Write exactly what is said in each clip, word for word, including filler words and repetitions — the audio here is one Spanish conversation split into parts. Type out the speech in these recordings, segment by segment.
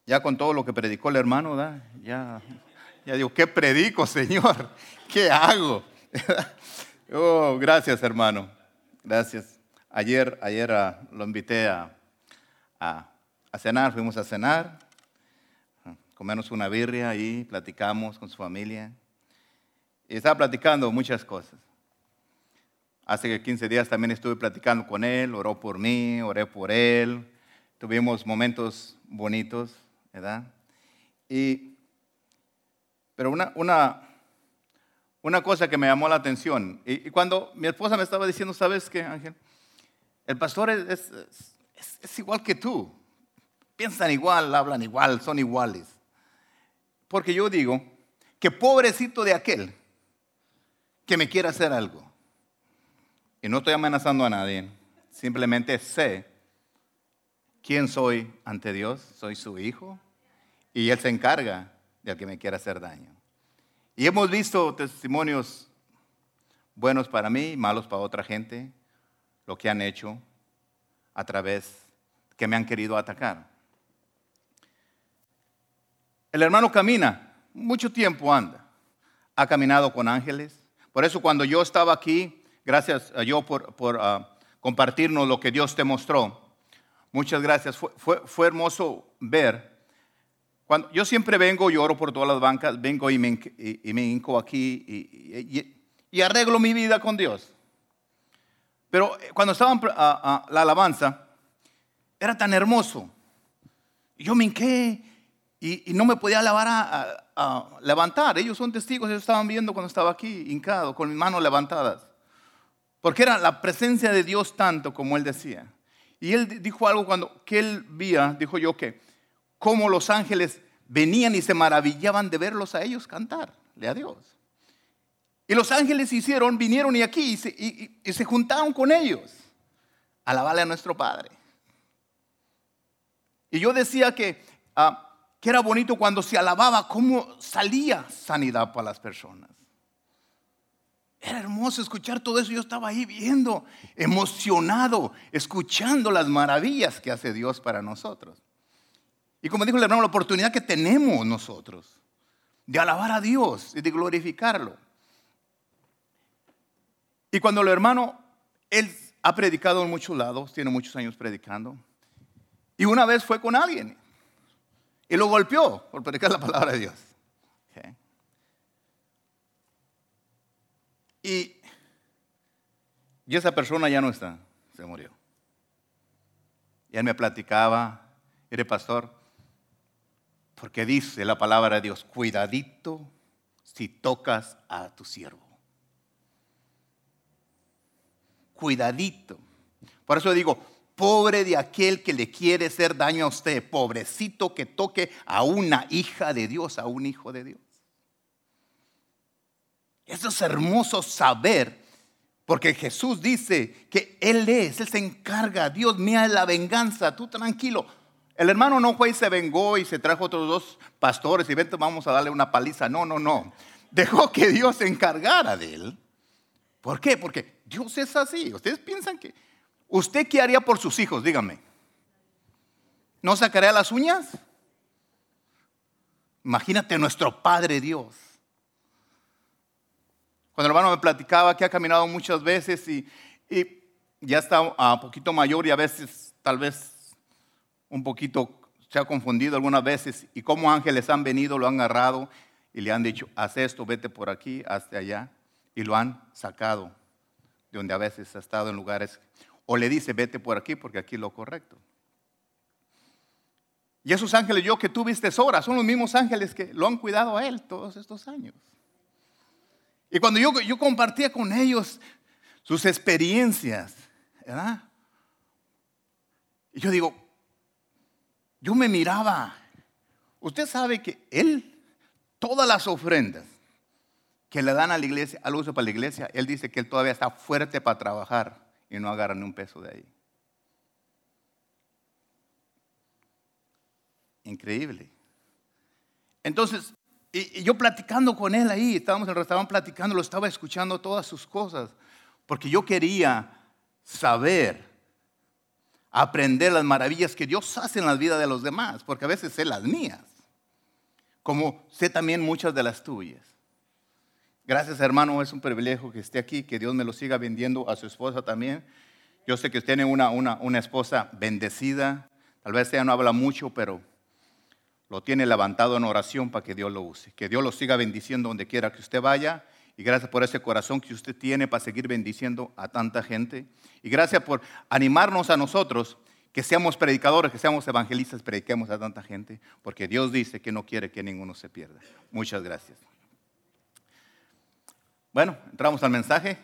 Ya con todo lo que predicó el hermano, ¿da? Ya, ya digo, ¿qué predico, Señor? ¿Qué hago? Oh, gracias, hermano. Gracias. Ayer, ayer uh, lo invité a, a, a cenar, fuimos a cenar, uh, comernos una birria y platicamos con su familia. Y estaba platicando muchas cosas. Hace quince días también estuve platicando con él, oró por mí, oré por él. Tuvimos momentos bonitos, ¿verdad? Y, pero una, una, una cosa que me llamó la atención, y, y cuando mi esposa me estaba diciendo, ¿sabes qué, Ángel? El pastor es, es, es, es igual que tú. Piensan igual, hablan igual, son iguales. Porque yo digo que pobrecito de aquel que me quiera hacer algo. Y no estoy amenazando a nadie, simplemente sé quién soy ante Dios, soy su hijo, y Él se encarga del que me quiera hacer daño. Y hemos visto testimonios buenos para mí, malos para otra gente, lo que han hecho a través que me han querido atacar. El hermano camina, mucho tiempo anda, ha caminado con ángeles. Por eso cuando yo estaba aquí, gracias a yo por, por uh, compartirnos lo que Dios te mostró. Muchas gracias. Fue, fue, fue hermoso ver. Cuando, yo siempre vengo y oro por todas las bancas, vengo y me, y, y me hinco aquí y, y, y arreglo mi vida con Dios. Pero cuando estaba uh, uh, la alabanza, era tan hermoso. Yo me hinqué y, y no me podía alabar a, a, a levantar. Ellos son testigos, ellos estaban viendo cuando estaba aquí, hincado, con mis manos levantadas. Porque era la presencia de Dios tanto como él decía. Y él dijo algo cuando que él veía, dijo yo que cómo los ángeles venían y se maravillaban de verlos a ellos cantarle a Dios. Y los ángeles hicieron, vinieron y aquí y se, y, y, y se juntaron con ellos a alabarle a nuestro Padre. Y yo decía que, uh, que era bonito cuando se alababa cómo salía sanidad para las personas. Era hermoso escuchar todo eso. Yo estaba ahí viendo, emocionado, escuchando las maravillas que hace Dios para nosotros. Y como dijo el hermano, la oportunidad que tenemos nosotros de alabar a Dios y de glorificarlo. Y cuando el hermano, él ha predicado en muchos lados, tiene muchos años predicando. Y una vez fue con alguien y lo golpeó por predicar la palabra de Dios. Okay. Y, y esa persona ya no está, se murió. Y él me platicaba, mire pastor, porque dice la palabra de Dios, cuidadito si tocas a tu siervo. Cuidadito. Por eso digo, pobre de aquel que le quiere hacer daño a usted, pobrecito que toque a una hija de Dios, a un hijo de Dios. Eso es hermoso saber, porque Jesús dice que Él es, Él se encarga, Dios mía es la venganza, tú tranquilo. El hermano no fue y se vengó y se trajo otros dos pastores y vente, vamos a darle una paliza. No, no, no. Dejó que Dios se encargara de él. ¿Por qué? Porque Dios es así. Ustedes piensan que, ¿usted qué haría por sus hijos? Díganme. ¿No sacaría las uñas? Imagínate nuestro Padre Dios. Cuando el hermano me platicaba que ha caminado muchas veces y, y ya está un poquito mayor y a veces tal vez un poquito se ha confundido algunas veces y cómo ángeles han venido, lo han agarrado y le han dicho, haz esto, vete por aquí, hazte allá, y lo han sacado de donde a veces ha estado en lugares, o le dice, vete por aquí porque aquí es lo correcto. Y esos ángeles, yo que tú viste ahora, son los mismos ángeles que lo han cuidado a él todos estos años. Y cuando yo, yo compartía con ellos sus experiencias, ¿verdad? Y yo digo, yo me miraba. Usted sabe que él, todas las ofrendas que le dan a la iglesia, al uso para la iglesia, él dice que él todavía está fuerte para trabajar y no agarra ni un peso de ahí. Increíble. Entonces, y, y yo platicando con él ahí, estábamos en el restaurante platicando, lo estaba escuchando todas sus cosas, porque yo quería saber aprender las maravillas que Dios hace en la vida de los demás, porque a veces sé las mías, como sé también muchas de las tuyas. Gracias, hermano, es un privilegio que esté aquí, que Dios me lo siga bendiendo, a su esposa también. Yo sé que usted tiene una, una, una esposa bendecida, tal vez ella no habla mucho, pero lo tiene levantado en oración para que Dios lo use. Que Dios lo siga bendiciendo donde quiera que usted vaya. Y gracias por ese corazón que usted tiene para seguir bendiciendo a tanta gente. Y gracias por animarnos a nosotros, que seamos predicadores, que seamos evangelistas, prediquemos a tanta gente. Porque Dios dice que no quiere que ninguno se pierda. Muchas gracias. Bueno, entramos al mensaje.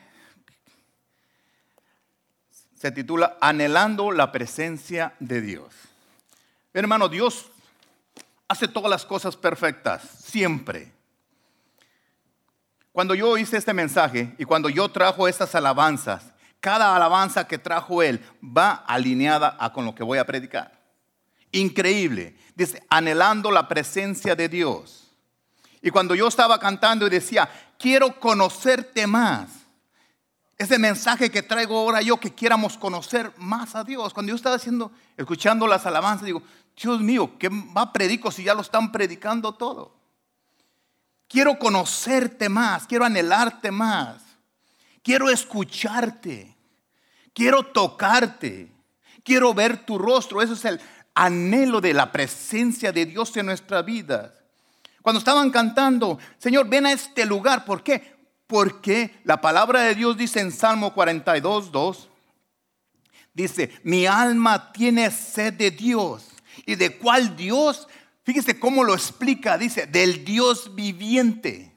Se titula Anhelando la presencia de Dios. Hermano, Dios hace todas las cosas perfectas, siempre. Cuando yo hice este mensaje y cuando yo trajo estas alabanzas, cada alabanza que trajo Él va alineada a con lo que voy a predicar. Increíble. Dice, anhelando la presencia de Dios. Y cuando yo estaba cantando y decía, quiero conocerte más. Ese mensaje que traigo ahora yo, que quieramos conocer más a Dios. Cuando yo estaba haciendo, escuchando las alabanzas, digo, Dios mío, ¿qué más predico si ya lo están predicando todo? Quiero conocerte más, quiero anhelarte más, quiero escucharte, quiero tocarte, quiero ver tu rostro. Eso es el anhelo de la presencia de Dios en nuestra vida. Cuando estaban cantando, Señor, ven a este lugar. ¿Por qué? Porque la palabra de Dios dice en Salmo cuarenta y dos, dos, dice, mi alma tiene sed de Dios. ¿Y de cuál Dios? Fíjese cómo lo explica, dice, del Dios viviente.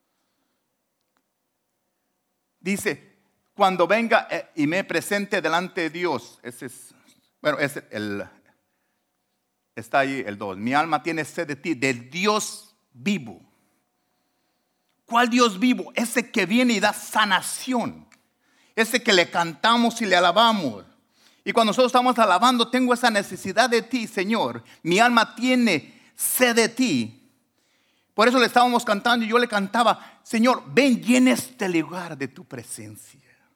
Dice, cuando venga y me presente delante de Dios, ese es, bueno, ese el, está ahí el dos. Mi alma tiene sed de ti, del Dios vivo. ¿Cuál Dios vivo? Ese que viene y da sanación. Ese que le cantamos y le alabamos. Y cuando nosotros estamos alabando, tengo esa necesidad de ti, Señor. Mi alma tiene sed de ti. Por eso le estábamos cantando y yo le cantaba, Señor, ven, llena este lugar de tu presencia.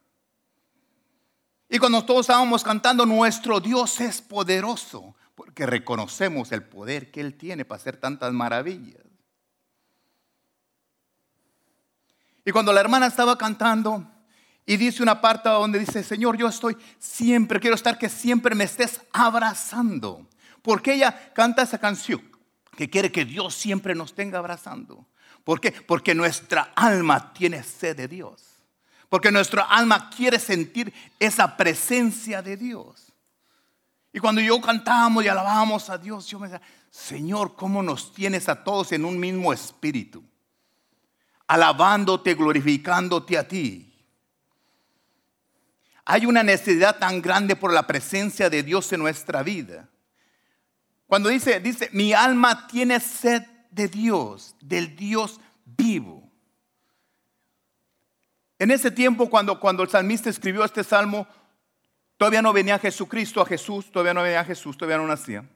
Y cuando todos estábamos cantando, nuestro Dios es poderoso, porque reconocemos el poder que Él tiene para hacer tantas maravillas. Y cuando la hermana estaba cantando y dice una parte donde dice, Señor, yo estoy siempre, quiero estar que siempre me estés abrazando. Porque ella canta esa canción que quiere que Dios siempre nos tenga abrazando. ¿Por qué? Porque nuestra alma tiene sed de Dios. Porque nuestra alma quiere sentir esa presencia de Dios. Y cuando yo cantábamos y alabábamos a Dios, yo me decía, Señor, ¿cómo nos tienes a todos en un mismo espíritu? Alabándote, glorificándote a ti. Hay una necesidad tan grande por la presencia de Dios en nuestra vida. Cuando dice, dice, mi alma tiene sed de Dios, del Dios vivo. En ese tiempo, cuando, cuando el salmista escribió este salmo, todavía no venía Jesucristo a Jesús, todavía no venía Jesús, todavía no nacía.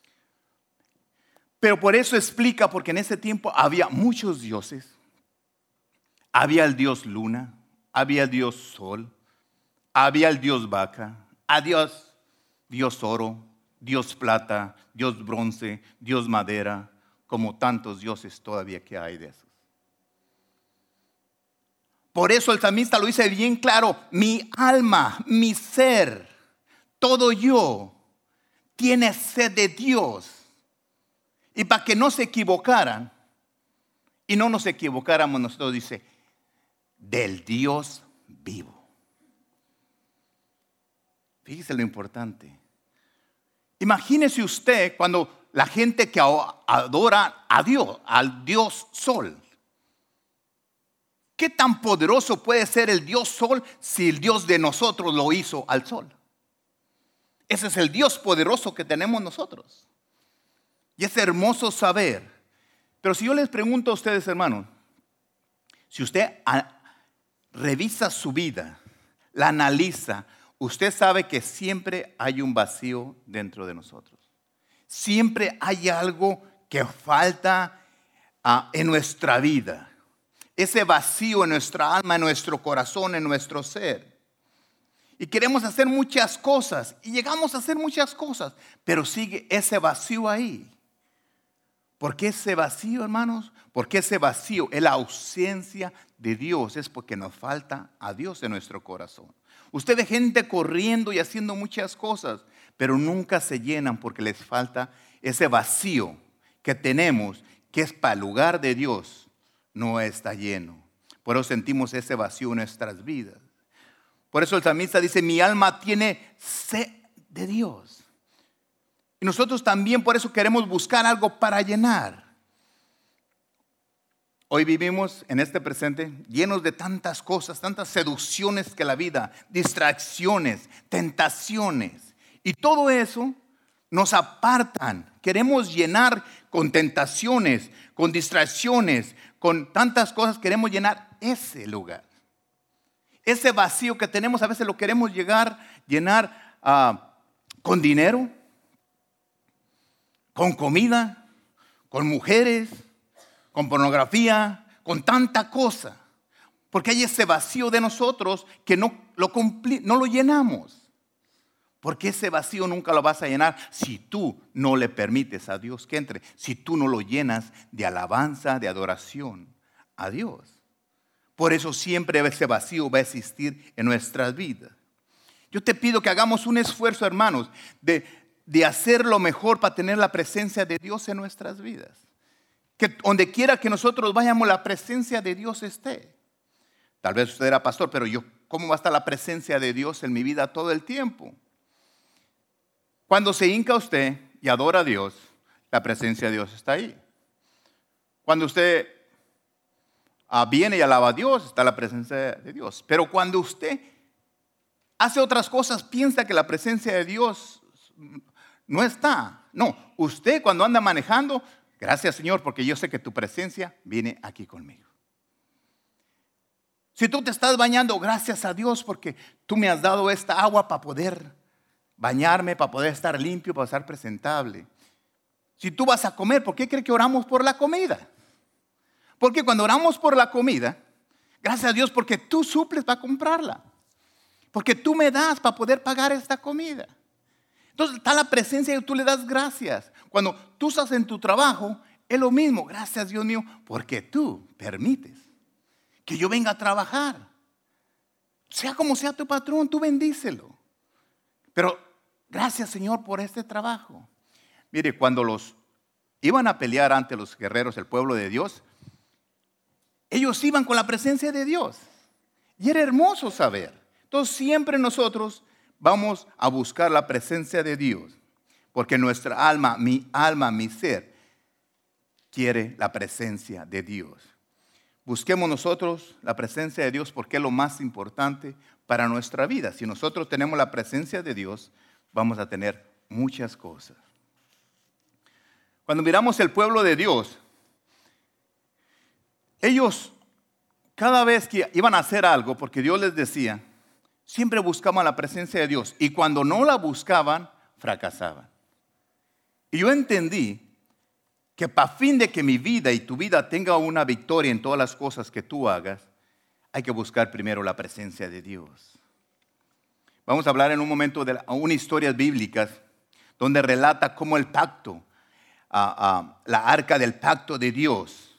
Pero por eso explica, porque en ese tiempo había muchos dioses. Había el dios luna, había el dios sol, había el dios vaca, había Dios, dios oro, dios plata, dios bronce, dios madera, como tantos dioses todavía que hay de esos. Por eso el salmista lo dice bien claro, mi alma, mi ser, todo yo tiene sed de Dios. Y para que no se equivocaran, y no nos equivocáramos nosotros, dice, del Dios vivo. Fíjese lo importante. Imagínese usted cuando la gente que adora a Dios, al Dios Sol. ¿Qué tan poderoso puede ser el Dios Sol si el Dios de nosotros lo hizo al Sol? Ese es el Dios poderoso que tenemos nosotros. Y es hermoso saber. Pero si yo les pregunto a ustedes, hermanos, si usted revisa su vida, la analiza, usted sabe que siempre hay un vacío dentro de nosotros. Siempre hay algo que falta uh, en nuestra vida. Ese vacío en nuestra alma, en nuestro corazón, en nuestro ser. Y queremos hacer muchas cosas. Y llegamos a hacer muchas cosas. Pero sigue ese vacío ahí. ¿Por qué ese vacío, hermanos? Porque ese vacío es la ausencia de Dios. Es porque nos falta a Dios en nuestro corazón. Usted ve gente corriendo y haciendo muchas cosas, pero nunca se llenan porque les falta ese vacío que tenemos, que es para el lugar de Dios, no está lleno. Por eso sentimos ese vacío en nuestras vidas. Por eso el salmista dice, mi alma tiene sed de Dios. Y nosotros también por eso queremos buscar algo para llenar. Hoy vivimos en este presente llenos de tantas cosas, tantas seducciones que la vida, distracciones, tentaciones. Y todo eso nos apartan. Queremos llenar con tentaciones, con distracciones, con tantas cosas. Queremos llenar ese lugar. Ese vacío que tenemos a veces lo queremos llegar, llenar uh, con dinero, con comida, con mujeres, con pornografía, con tanta cosa. Porque hay ese vacío de nosotros que no lo, cumpli- no lo llenamos. Porque ese vacío nunca lo vas a llenar si tú no le permites a Dios que entre. Si tú no lo llenas de alabanza, de adoración a Dios. Por eso siempre ese vacío va a existir en nuestras vidas. Yo te pido que hagamos un esfuerzo, hermanos, de, de hacer lo mejor para tener la presencia de Dios en nuestras vidas. Que donde quiera que nosotros vayamos, la presencia de Dios esté. Tal vez usted era pastor, pero yo, ¿cómo va a estar la presencia de Dios en mi vida todo el tiempo? Cuando se hinca usted y adora a Dios, la presencia de Dios está ahí. Cuando usted ah, viene y alaba a Dios, está la presencia de Dios. Pero cuando usted hace otras cosas, piensa que la presencia de Dios no está. No, usted cuando anda manejando, gracias Señor, porque yo sé que tu presencia viene aquí conmigo. Si tú te estás bañando, gracias a Dios porque tú me has dado esta agua para poder bañarme, para poder estar limpio, para estar presentable. Si tú vas a comer, ¿por qué crees que oramos por la comida? Porque cuando oramos por la comida, gracias a Dios porque tú suples para comprarla. Porque tú me das para poder pagar esta comida. Entonces está la presencia y tú le das gracias. Cuando tú estás en tu trabajo, es lo mismo. Gracias Dios mío, porque tú permites que yo venga a trabajar. Sea como sea tu patrón, tú bendícelo. Pero gracias Señor por este trabajo. Mire, cuando los iban a pelear ante los guerreros, el pueblo de Dios, ellos iban con la presencia de Dios. Y era hermoso saber. Entonces siempre nosotros vamos a buscar la presencia de Dios. Porque nuestra alma, mi alma, mi ser, quiere la presencia de Dios. Busquemos nosotros la presencia de Dios porque es lo más importante para nuestra vida. Si nosotros tenemos la presencia de Dios, vamos a tener muchas cosas. Cuando miramos el pueblo de Dios, ellos cada vez que iban a hacer algo, porque Dios les decía, siempre buscaban la presencia de Dios. Y cuando no la buscaban, fracasaban. Y yo entendí que para fin de que mi vida y tu vida tenga una victoria en todas las cosas que tú hagas, hay que buscar primero la presencia de Dios. Vamos a hablar en un momento de unas historias bíblicas donde relata cómo el pacto, uh, uh, la arca del pacto de Dios,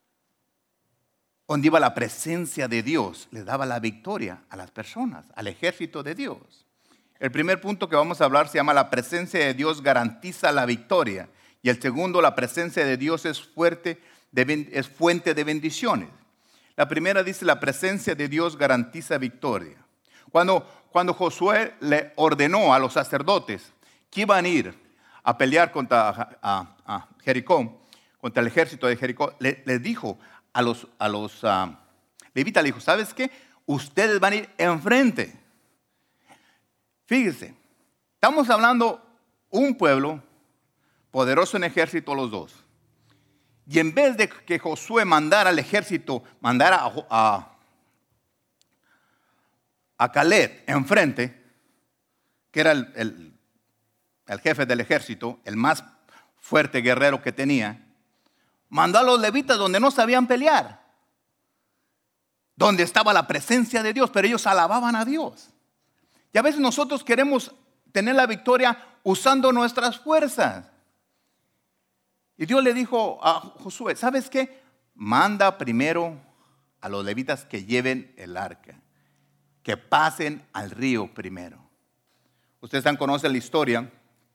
donde iba la presencia de Dios, le daba la victoria a las personas, al ejército de Dios. El primer punto que vamos a hablar se llama la presencia de Dios garantiza la victoria. Y el segundo, la presencia de Dios es, fuerte de, es fuente de bendiciones. La primera dice, la presencia de Dios garantiza victoria. Cuando, cuando Josué le ordenó a los sacerdotes que iban a ir a pelear contra a, a, a Jericó, contra el ejército de Jericó, le, le dijo a los, a los uh, levitas, le dijo, ¿sabes qué? Ustedes van a ir enfrente. Fíjense, estamos hablando un pueblo poderoso en ejército los dos. Y en vez de que Josué mandara al ejército, mandara a, a, a Caleb enfrente, que era el, el, el jefe del ejército, el más fuerte guerrero que tenía, mandó a los levitas donde no sabían pelear, donde estaba la presencia de Dios, pero ellos alababan a Dios. Y a veces nosotros queremos tener la victoria usando nuestras fuerzas. Y Dios le dijo a Josué, ¿sabes qué? Manda primero a los levitas que lleven el arca, que pasen al río primero. Ustedes han conocen la historia.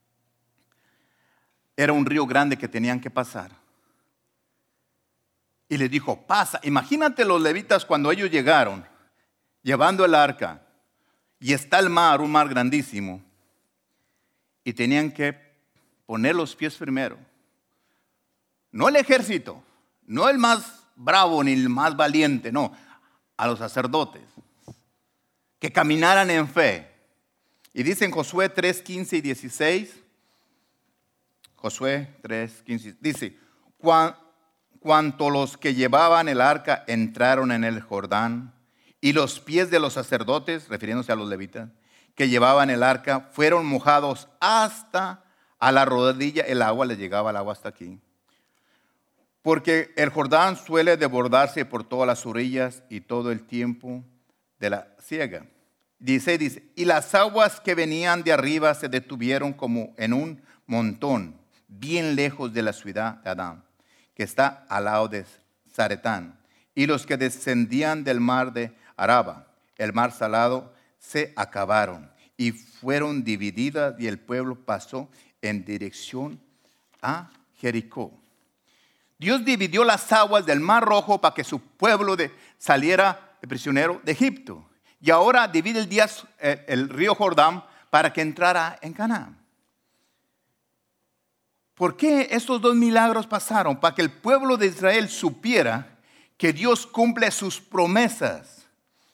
Era un río grande que tenían que pasar. Y le dijo, pasa. Imagínate los levitas cuando ellos llegaron, llevando el arca, y está el mar, un mar grandísimo, y tenían que poner los pies primero. No el ejército, no el más bravo ni el más valiente, no, a los sacerdotes, que caminaran en fe. Y dice en Josué tres, quince y dieciséis, Josué tres, quince, dice, cuanto los que llevaban el arca entraron en el Jordán, y los pies de los sacerdotes, refiriéndose a los levitas, que llevaban el arca, fueron mojados hasta a la rodilla, el agua les llegaba el agua hasta aquí. Porque el Jordán suele desbordarse por todas las orillas y todo el tiempo de la siega. Dice, dice, y las aguas que venían de arriba se detuvieron como en un montón, bien lejos de la ciudad de Adán, que está al lado de Zaretán. Y los que descendían del mar de Araba, el mar salado, se acabaron y fueron divididas, y el pueblo pasó en dirección a Jericó. Dios dividió las aguas del Mar Rojo para que su pueblo de, saliera de prisionero de Egipto. Y ahora divide el, día, el, el río Jordán para que entrara en Canaán. ¿Por qué estos dos milagros pasaron? Para que el pueblo de Israel supiera que Dios cumple sus promesas.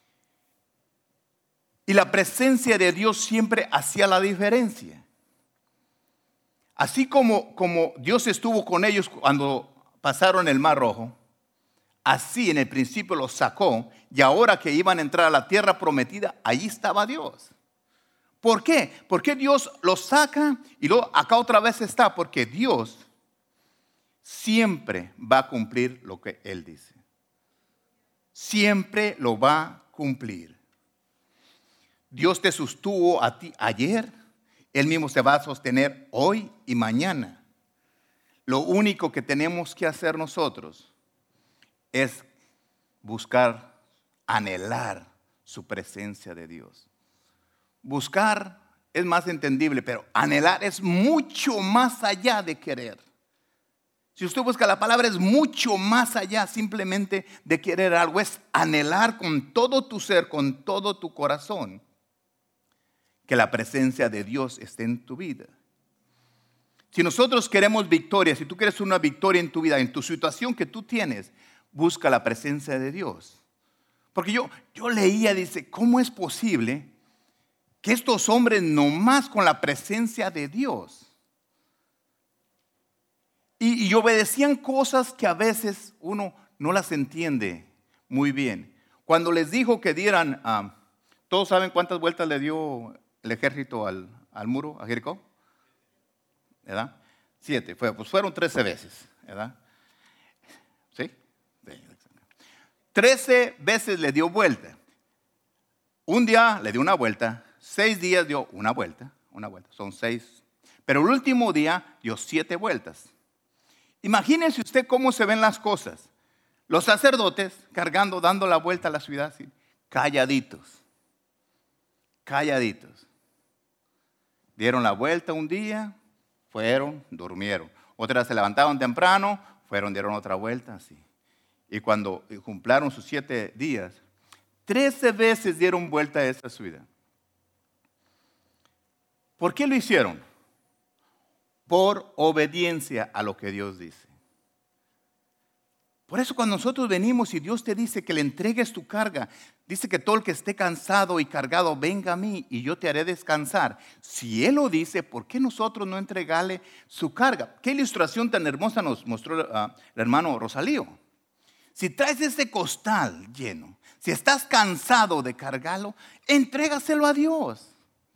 Y la presencia de Dios siempre hacía la diferencia. Así como, como Dios estuvo con ellos cuando pasaron el Mar Rojo, así en el principio los sacó, y ahora que iban a entrar a la tierra prometida, allí estaba Dios. ¿Por qué? Porque Dios los saca y luego acá otra vez está, porque Dios siempre va a cumplir lo que Él dice. Siempre lo va a cumplir. Dios te sostuvo a ti ayer, Él mismo se va a sostener hoy y mañana. Lo único que tenemos que hacer nosotros es buscar, anhelar su presencia de Dios. Buscar es más entendible, pero anhelar es mucho más allá de querer. Si usted busca la palabra, es mucho más allá simplemente de querer algo. Es anhelar con todo tu ser, con todo tu corazón, que la presencia de Dios esté en tu vida. Si nosotros queremos victoria, si tú quieres una victoria en tu vida, en tu situación que tú tienes, busca la presencia de Dios. Porque yo, yo leía, dice, ¿cómo es posible que estos hombres nomás con la presencia de Dios y, y obedecían cosas que a veces uno no las entiende muy bien? Cuando les dijo que dieran, um, ¿todos saben cuántas vueltas le dio el ejército al, al muro, a Jericó? ¿Verdad? Siete, fue, pues fueron trece veces, ¿verdad? ¿Sí? Trece veces le dio vuelta. Un día le dio una vuelta, seis días dio una vuelta, una vuelta, son seis. Pero el último día dio siete vueltas. Imagínese usted cómo se ven las cosas. Los sacerdotes cargando, dando la vuelta a la ciudad, así, calladitos, calladitos. Dieron la vuelta un día, fueron, durmieron. Otras se levantaron temprano, fueron, dieron otra vuelta, así. Y cuando cumplieron sus siete días, trece veces dieron vuelta a esa ciudad. ¿Por qué lo hicieron? Por obediencia a lo que Dios dice. Por eso cuando nosotros venimos y Dios te dice que le entregues tu carga, dice que todo el que esté cansado y cargado, venga a mí y yo te haré descansar. Si Él lo dice, ¿por qué nosotros no entregarle su carga? ¿Qué ilustración tan hermosa nos mostró uh, el hermano Rosalío? Si traes ese costal lleno, si estás cansado de cargarlo, entrégaselo a Dios.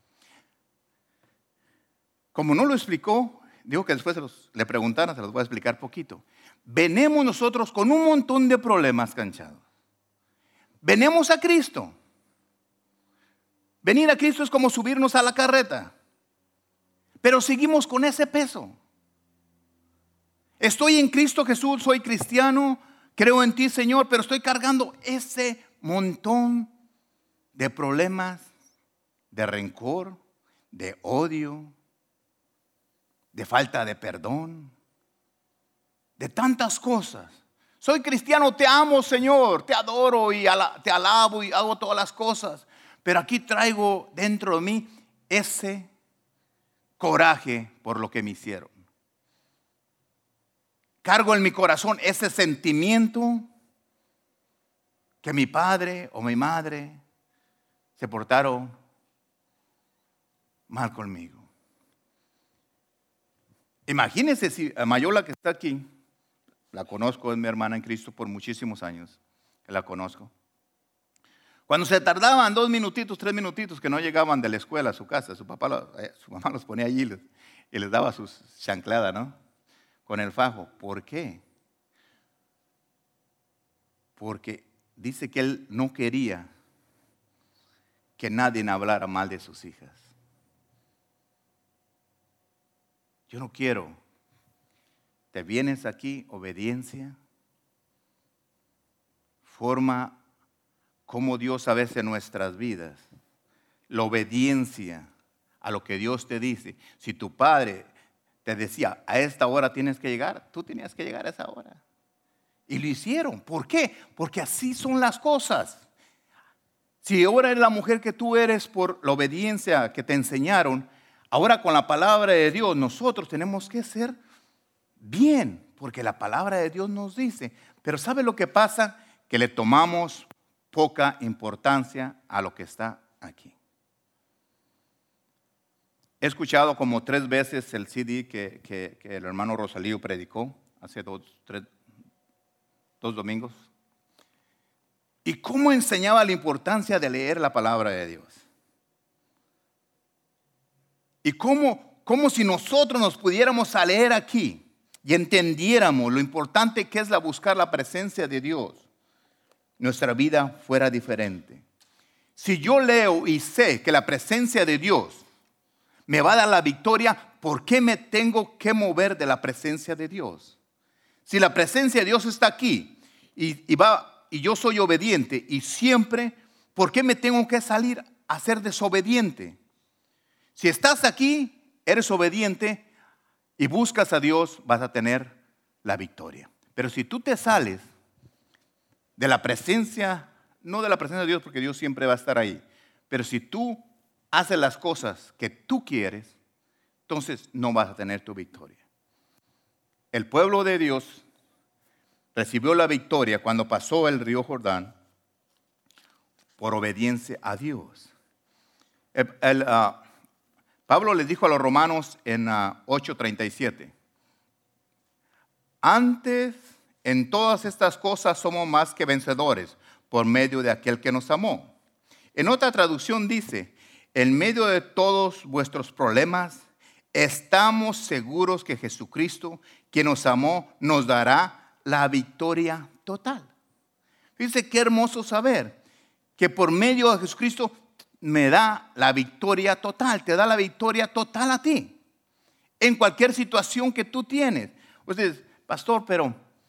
Como no lo explicó, digo que después se los, le preguntaron, se los voy a explicar poquito. Venemos nosotros con un montón de problemas canchados. Venemos a Cristo. Venir a Cristo es como subirnos a la carreta, pero seguimos con ese peso. Estoy en Cristo Jesús, soy cristiano, creo en ti, Señor, pero estoy cargando ese montón de problemas, de rencor, de odio, de falta de perdón, de tantas cosas. Soy cristiano, te amo, Señor, te adoro y ala, te alabo y hago todas las cosas, pero aquí traigo dentro de mí ese coraje por lo que me hicieron. Cargo en mi corazón ese sentimiento que mi padre o mi madre se portaron mal conmigo. Imagínense si Mayola, que está aquí, la conozco, es mi hermana en Cristo por muchísimos años, que la conozco. Cuando se tardaban dos minutitos, tres minutitos que no llegaban de la escuela a su casa, su papá, eh, su mamá los ponía allí y les, y les daba sus chancladas, ¿no? Con el fajo. ¿Por qué? Porque dice que él no quería que nadie hablara mal de sus hijas. Yo no quiero. Te vienes aquí, obediencia, forma como Dios a veces en nuestras vidas, la obediencia a lo que Dios te dice. Si tu padre te decía, a esta hora tienes que llegar, tú tenías que llegar a esa hora. Y lo hicieron. ¿Por qué? Porque así son las cosas. Si ahora eres la mujer que tú eres por la obediencia que te enseñaron, ahora con la palabra de Dios nosotros tenemos que ser bien, porque la palabra de Dios nos dice. Pero ¿sabe lo que pasa? Que le tomamos poca importancia a lo que está aquí. He escuchado como tres veces el C D que, que, que el hermano Rosalío predicó hace dos, tres, dos domingos. Y cómo enseñaba la importancia de leer la palabra de Dios. Y cómo, cómo si nosotros nos pudiéramos a leer aquí y entendiéramos lo importante que es la buscar la presencia de Dios, nuestra vida fuera diferente. Si yo leo y sé que la presencia de Dios me va a dar la victoria, ¿por qué me tengo que mover de la presencia de Dios? Si la presencia de Dios está aquí y, y, va, y yo soy obediente y siempre, ¿por qué me tengo que salir a ser desobediente? Si estás aquí, eres obediente y buscas a Dios, vas a tener la victoria. Pero si tú te sales de la presencia, no de la presencia de Dios, porque Dios siempre va a estar ahí, pero si tú haces las cosas que tú quieres, entonces no vas a tener tu victoria. El pueblo de Dios recibió la victoria cuando pasó el río Jordán por obediencia a Dios. El, el, uh, Pablo les dijo a los romanos en uh, ocho treinta y siete, antes en todas estas cosas somos más que vencedores por medio de aquel que nos amó. En otra traducción dice, en medio de todos vuestros problemas, estamos seguros que Jesucristo, quien nos amó, nos dará la victoria total. Fíjense qué hermoso saber que por medio de Jesucristo me da la victoria total, te da la victoria total a ti, en cualquier situación que tú tienes. Ustedes, pastor, pero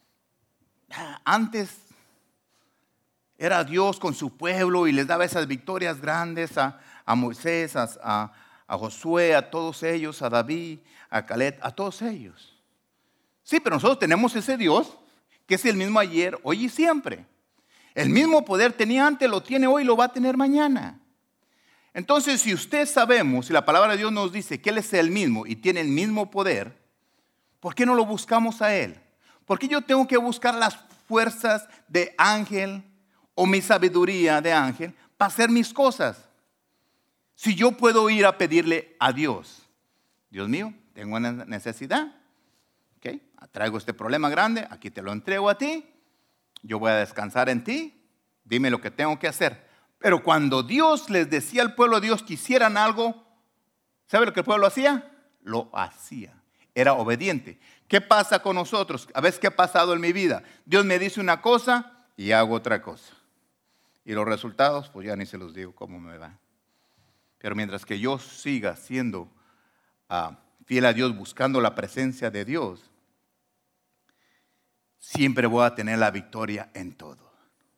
antes era Dios con su pueblo y les daba esas victorias grandes a a Moisés, a, a, a Josué, a todos ellos, a David, a Caleb, a todos ellos. Sí, pero nosotros tenemos ese Dios que es el mismo ayer, hoy y siempre. El mismo poder tenía antes, lo tiene hoy, lo va a tener mañana. Entonces, si usted sabemos, si la palabra de Dios nos dice que Él es el mismo y tiene el mismo poder, ¿por qué no lo buscamos a Él? ¿Por qué yo tengo que buscar las fuerzas de ángel o mi sabiduría de ángel para hacer mis cosas? Si yo puedo ir a pedirle a Dios, Dios mío, tengo una necesidad, ¿okay? Traigo este problema grande, aquí te lo entrego a ti, yo voy a descansar en ti, dime lo que tengo que hacer. Pero cuando Dios les decía al pueblo de Dios que hicieran algo, ¿sabe lo que el pueblo hacía? Lo hacía, era obediente. ¿Qué pasa con nosotros? A veces, ¿qué ha pasado en mi vida? Dios me dice una cosa y hago otra cosa. Y los resultados, pues ya ni se los digo cómo me va. Pero mientras que yo siga siendo uh, fiel a Dios, buscando la presencia de Dios, siempre voy a tener la victoria en todo.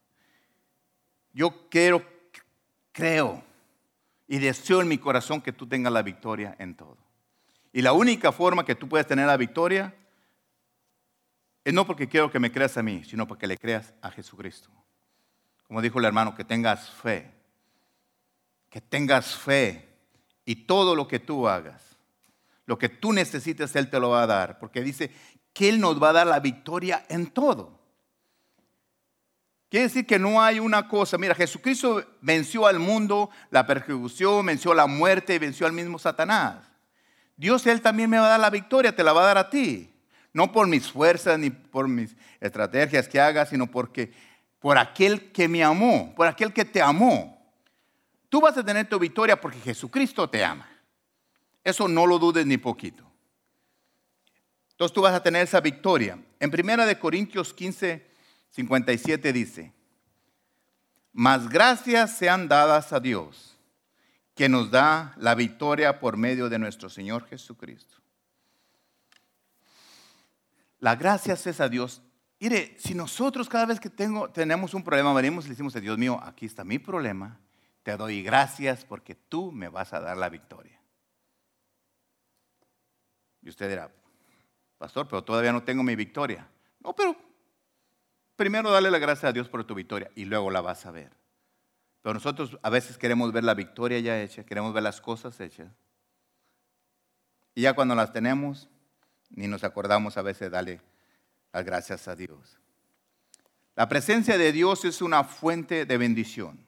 Yo quiero, creo y deseo en mi corazón que tú tengas la victoria en todo. Y la única forma que tú puedes tener la victoria es no porque quiero que me creas a mí, sino porque le creas a Jesucristo. Como dijo el hermano, que tengas fe. Que tengas fe. Y todo lo que tú hagas, lo que tú necesites, Él te lo va a dar. Porque dice que Él nos va a dar la victoria en todo. Quiere decir que no hay una cosa. Mira, Jesucristo venció al mundo, la persecución, venció la muerte y venció al mismo Satanás. Dios, Él también me va a dar la victoria, te la va a dar a ti. No por mis fuerzas ni por mis estrategias que haga, sino porque por aquel que me amó, por aquel que te amó. Tú vas a tener tu victoria porque Jesucristo te ama. Eso no lo dudes ni poquito. Entonces tú vas a tener esa victoria. En primera de Corintios quince, cincuenta y siete dice: mas gracias sean dadas a Dios, que nos da la victoria por medio de nuestro Señor Jesucristo. La gracia es a Dios. Mire, si nosotros cada vez que tengo, tenemos un problema, venimos y le decimos a Dios mío, aquí está mi problema, te doy gracias porque tú me vas a dar la victoria. Y usted dirá, pastor, pero todavía no tengo mi victoria. No, pero primero dale la gracia a Dios por tu victoria y luego la vas a ver. Pero nosotros a veces queremos ver la victoria ya hecha, queremos ver las cosas hechas. Y ya cuando las tenemos, ni nos acordamos a veces darle las gracias a Dios. La presencia de Dios es una fuente de bendición.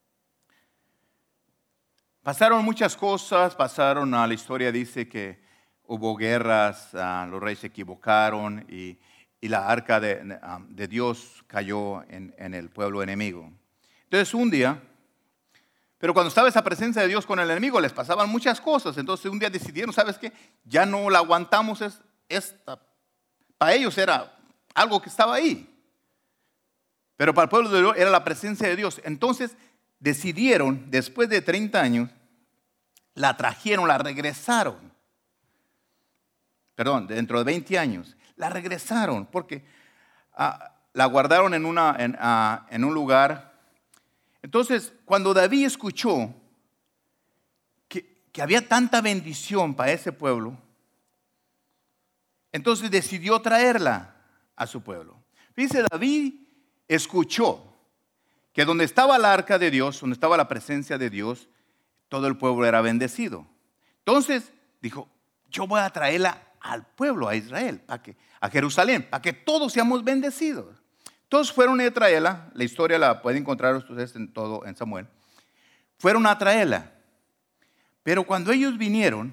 Pasaron muchas cosas, pasaron a la historia, dice que hubo guerras, uh, los reyes se equivocaron y, y la arca de, uh, de Dios cayó en, en el pueblo enemigo. Entonces un día, pero cuando estaba esa presencia de Dios con el enemigo, les pasaban muchas cosas. Entonces un día decidieron, ¿sabes qué? Ya no la aguantamos, es, esta. Para ellos era algo que estaba ahí. Pero para el pueblo de Dios era la presencia de Dios. Entonces decidieron, después de treinta años, la trajeron, la regresaron. Perdón, dentro de veinte años, la regresaron porque uh, la guardaron en, una, en, uh, en un lugar. Entonces, cuando David escuchó que, que había tanta bendición para ese pueblo, entonces decidió traerla a su pueblo. Dice, David escuchó que donde estaba el arca de Dios, donde estaba la presencia de Dios, todo el pueblo era bendecido. Entonces dijo, yo voy a traerla al pueblo, a Israel, para que, a Jerusalén, para que todos seamos bendecidos. Todos fueron a traerla, la historia la pueden encontrar ustedes en todo en Samuel. Fueron a traerla, pero cuando ellos vinieron,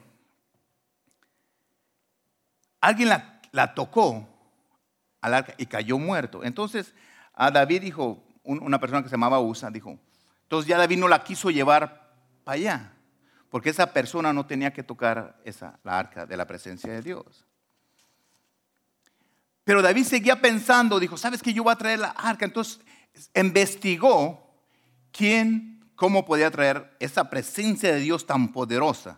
alguien la, la tocó al arca y cayó muerto. Entonces a David dijo, un, una persona que se llamaba Usa, dijo, entonces ya David no la quiso llevar para allá, porque esa persona no tenía que tocar esa, la arca de la presencia de Dios. Pero David seguía pensando, dijo, ¿sabes qué? Yo voy a traer la arca. Entonces investigó quién, cómo podía traer esa presencia de Dios tan poderosa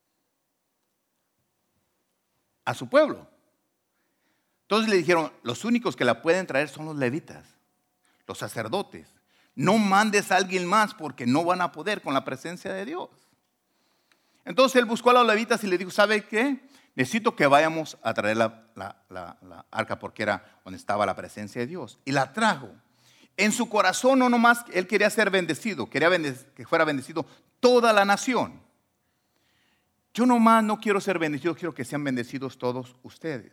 a su pueblo. Entonces le dijeron, los únicos que la pueden traer son los levitas, los sacerdotes. No mandes a alguien más porque no van a poder con la presencia de Dios. Entonces él buscó a los levitas y le dijo, ¿sabe qué? Necesito que vayamos a traer la, la, la, la arca porque era donde estaba la presencia de Dios. Y la trajo. En su corazón no nomás él quería ser bendecido, quería que fuera bendecido toda la nación. Yo nomás no quiero ser bendecido, quiero que sean bendecidos todos ustedes.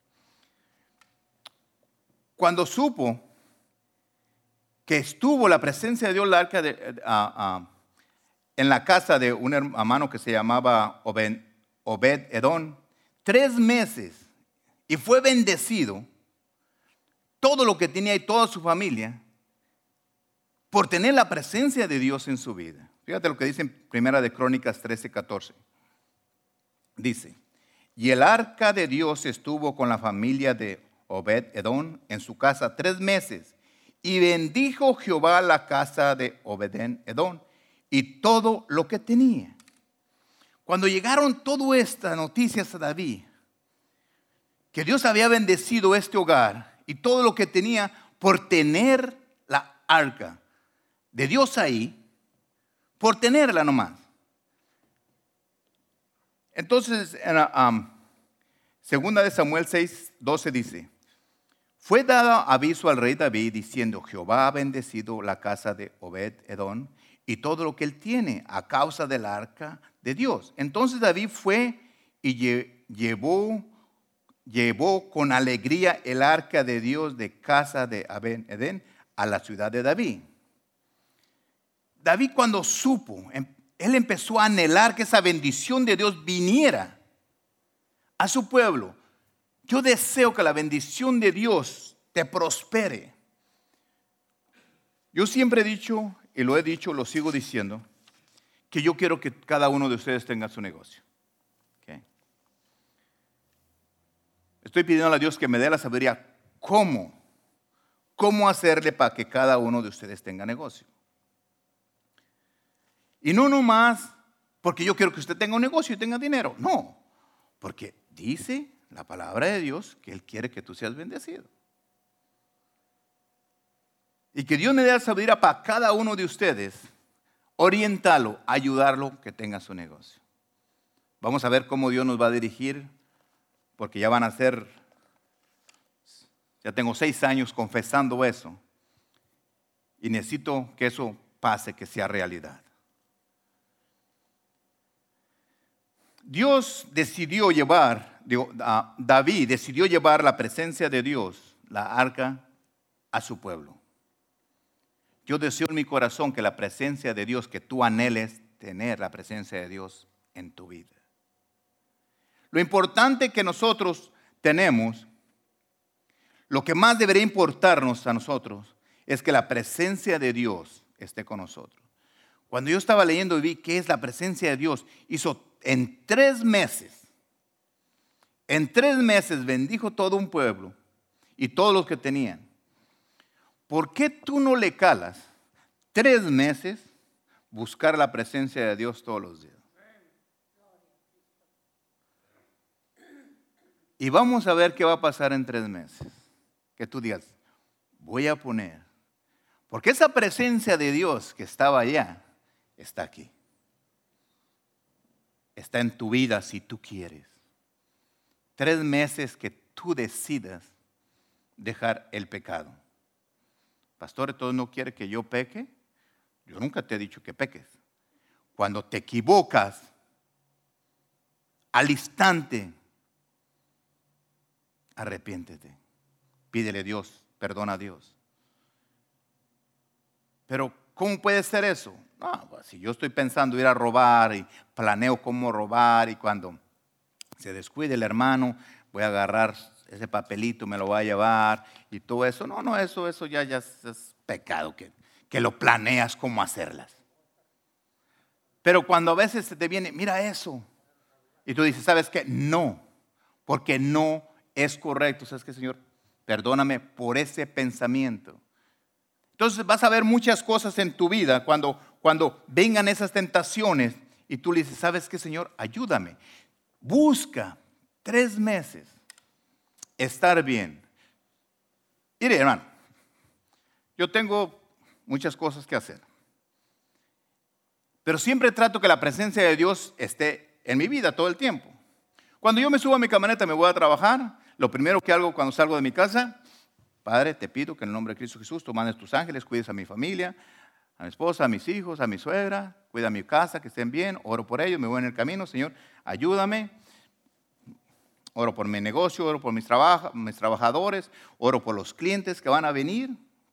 Cuando supo que estuvo la presencia de Dios, la arca de, uh, uh, en la casa de un hermano que se llamaba Obed, Obed Edom, tres meses, y fue bendecido todo lo que tenía y toda su familia por tener la presencia de Dios en su vida. Fíjate lo que dice en Primera de Crónicas trece, catorce. Dice, y el arca de Dios estuvo con la familia de Obed Edom en su casa tres meses, y bendijo Jehová la casa de Obed Edom, y todo lo que tenía. Cuando llegaron todas estas noticias a David, que Dios había bendecido este hogar y todo lo que tenía por tener la arca de Dios ahí, por tenerla nomás. Entonces, en la, um, segunda de Samuel seis, doce dice, fue dado aviso al rey David diciendo, Jehová ha bendecido la casa de Obed-Edom y todo lo que él tiene a causa del arca de Dios. Entonces David fue y llevó, llevó con alegría el arca de Dios de casa de Obed-Edom a la ciudad de David. David, cuando supo, él empezó a anhelar que esa bendición de Dios viniera a su pueblo. Yo deseo que la bendición de Dios te prospere. Yo siempre he dicho, y lo he dicho, lo sigo diciendo, que yo quiero que cada uno de ustedes tenga su negocio. ¿Okay? Estoy pidiendo a Dios que me dé la sabiduría cómo, cómo hacerle para que cada uno de ustedes tenga negocio. Y no nomás porque yo quiero que usted tenga un negocio y tenga dinero. No, porque dice la palabra de Dios que Él quiere que tú seas bendecido. Y que Dios me dé la sabiduría para cada uno de ustedes, orientarlo, ayudarlo que tenga su negocio. Vamos a ver cómo Dios nos va a dirigir, porque ya van a ser, ya tengo seis años confesando eso. Y necesito que eso pase, que sea realidad. Dios decidió llevar, digo, David decidió llevar la presencia de Dios, la arca, a su pueblo. Yo deseo en mi corazón que la presencia de Dios, que tú anheles tener la presencia de Dios en tu vida. Lo importante que nosotros tenemos, lo que más debería importarnos a nosotros, es que la presencia de Dios esté con nosotros. Cuando yo estaba leyendo y vi qué es la presencia de Dios, hizo en tres meses, en tres meses bendijo todo un pueblo y todos los que tenían. ¿Por qué tú no le calas tres meses buscar la presencia de Dios todos los días? Y vamos a ver qué va a pasar en tres meses. Que tú digas, voy a poner, porque esa presencia de Dios que estaba allá, está aquí. Está en tu vida si tú quieres. Tres meses que tú decidas dejar el pecado. Pastor, ¿todo no quiere que yo peque? Yo nunca te he dicho que peques. Cuando te equivocas, al instante, arrepiéntete. Pídele a Dios, perdona a Dios. Pero, ¿cómo puede ser eso? No, pues, si yo estoy pensando ir a robar y planeo cómo robar y cuando se descuide el hermano, voy a agarrar ese papelito, me lo voy a llevar y todo eso. No, no, eso, eso ya, ya es, es pecado, que, que lo planeas cómo hacerlas. Pero cuando a veces te viene, mira eso, y tú dices, ¿sabes qué? No, porque no es correcto. ¿Sabes qué, Señor? Perdóname por ese pensamiento. Entonces vas a ver muchas cosas en tu vida cuando, cuando vengan esas tentaciones y tú le dices, ¿sabes qué, Señor? Ayúdame. Busca tres meses estar bien. Mire, hermano, yo tengo muchas cosas que hacer, pero siempre trato que la presencia de Dios esté en mi vida todo el tiempo. Cuando yo me subo a mi camioneta, me voy a trabajar, lo primero que hago cuando salgo de mi casa, Padre, te pido que en el nombre de Cristo Jesús tú mandes tus ángeles, cuides a mi familia, a mi esposa, a mis hijos, a mi suegra, cuida mi casa, que estén bien, oro por ellos, me voy en el camino, Señor, ayúdame. Oro por mi negocio, oro por mis, trabaja, mis trabajadores, oro por los clientes que van a venir.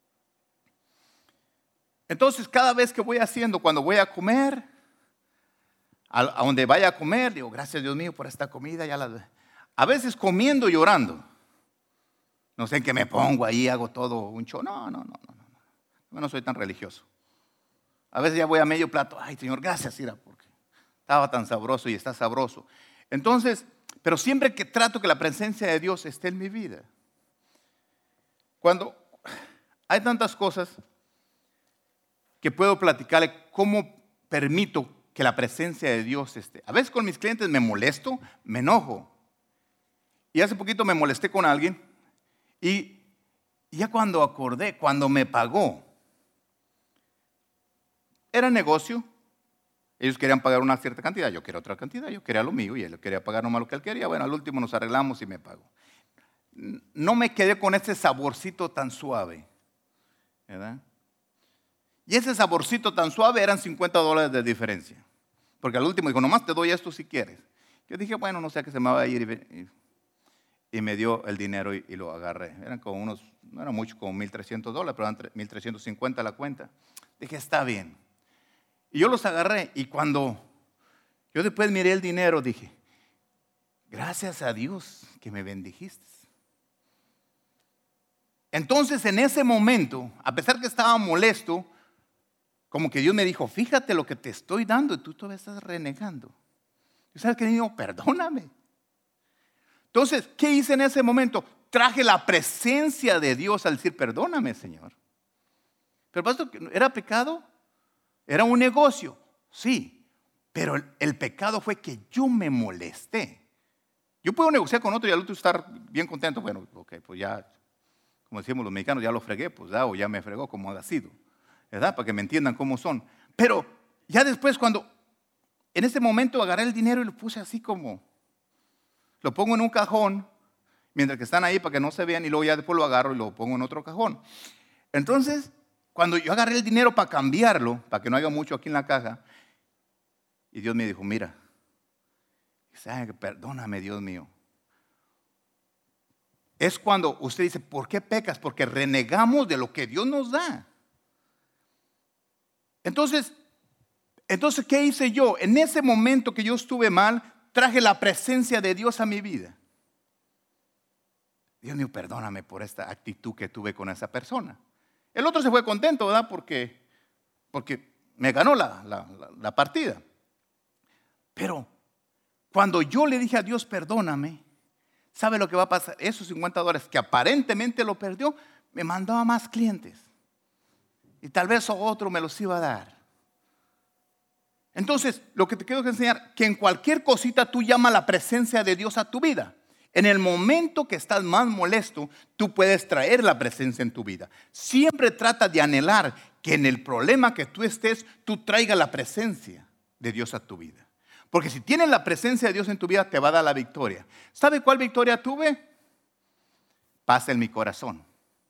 Entonces, cada vez que voy haciendo, cuando voy a comer, a, a donde vaya a comer, digo, gracias Dios mío por esta comida. Ya la, a veces comiendo y llorando. No sé en qué me pongo ahí, hago todo un show. No, no, no, no, no. Yo no soy tan religioso. A veces ya voy a medio plato. Ay, Señor, gracias, Ira, porque estaba tan sabroso y está sabroso. Entonces, pero siempre que trato que la presencia de Dios esté en mi vida. Cuando hay tantas cosas que puedo platicarle cómo permito que la presencia de Dios esté. A veces con mis clientes me molesto, me enojo. Y hace poquito me molesté con alguien y ya cuando acordé, cuando me pagó, era negocio. Ellos querían pagar una cierta cantidad, yo quería otra cantidad, yo quería lo mío y él quería pagar nomás lo que él quería. Bueno, al último nos arreglamos y me pagó. No me quedé con ese saborcito tan suave, ¿verdad? Y ese saborcito tan suave eran cincuenta dólares de diferencia. Porque al último dijo, nomás te doy esto si quieres. Yo dije, bueno, no sé, que se me va a ir. Y, y, y me dio el dinero y, y lo agarré. Eran como unos, no era mucho, como mil trescientos dólares, pero eran mil trescientos cincuenta la cuenta. Dije, está bien. Y yo los agarré y cuando yo después miré el dinero, dije, gracias a Dios que me bendijiste. Entonces en ese momento, a pesar que estaba molesto, como que Dios me dijo, fíjate lo que te estoy dando y tú todavía estás renegando. ¿Y sabes qué? Digo, perdóname. Entonces, ¿qué hice en ese momento? Traje la presencia de Dios al decir, perdóname, Señor. Pero pastor, ¿era pecado? ¿Era un negocio? Sí, pero el, el pecado fue que yo me molesté. Yo puedo negociar con otro y al otro estar bien contento. Bueno, ok, pues ya, como decimos los mexicanos, ya lo fregué, pues ya, o ya me fregó como ha sido, ¿verdad? Para que me entiendan cómo son. Pero ya después cuando, en ese momento agarré el dinero y lo puse así como, lo pongo en un cajón, mientras que están ahí para que no se vean y luego ya después lo agarro y lo pongo en otro cajón. Entonces, cuando yo agarré el dinero para cambiarlo, para que no haya mucho aquí en la caja, y Dios me dijo, mira, perdóname, Dios mío. Es cuando usted dice, ¿por qué pecas? Porque renegamos de lo que Dios nos da. Entonces, entonces, ¿qué hice yo? En ese momento que yo estuve mal, traje la presencia de Dios a mi vida. Dios mío, perdóname por esta actitud que tuve con esa persona. El otro se fue contento, ¿verdad? Porque, porque me ganó la, la, la, la partida. Pero cuando yo le dije a Dios, perdóname, ¿sabe lo que va a pasar? Esos cincuenta dólares que aparentemente lo perdió, me mandaba más clientes. Y tal vez otro me los iba a dar. Entonces, lo que te quiero enseñar, que en cualquier cosita tú llamas la presencia de Dios a tu vida. En el momento que estás más molesto, tú puedes traer la presencia en tu vida. Siempre trata de anhelar que en el problema que tú estés, tú traigas la presencia de Dios a tu vida. Porque si tienes la presencia de Dios en tu vida, te va a dar la victoria. ¿Sabe cuál victoria tuve? Paz en mi corazón.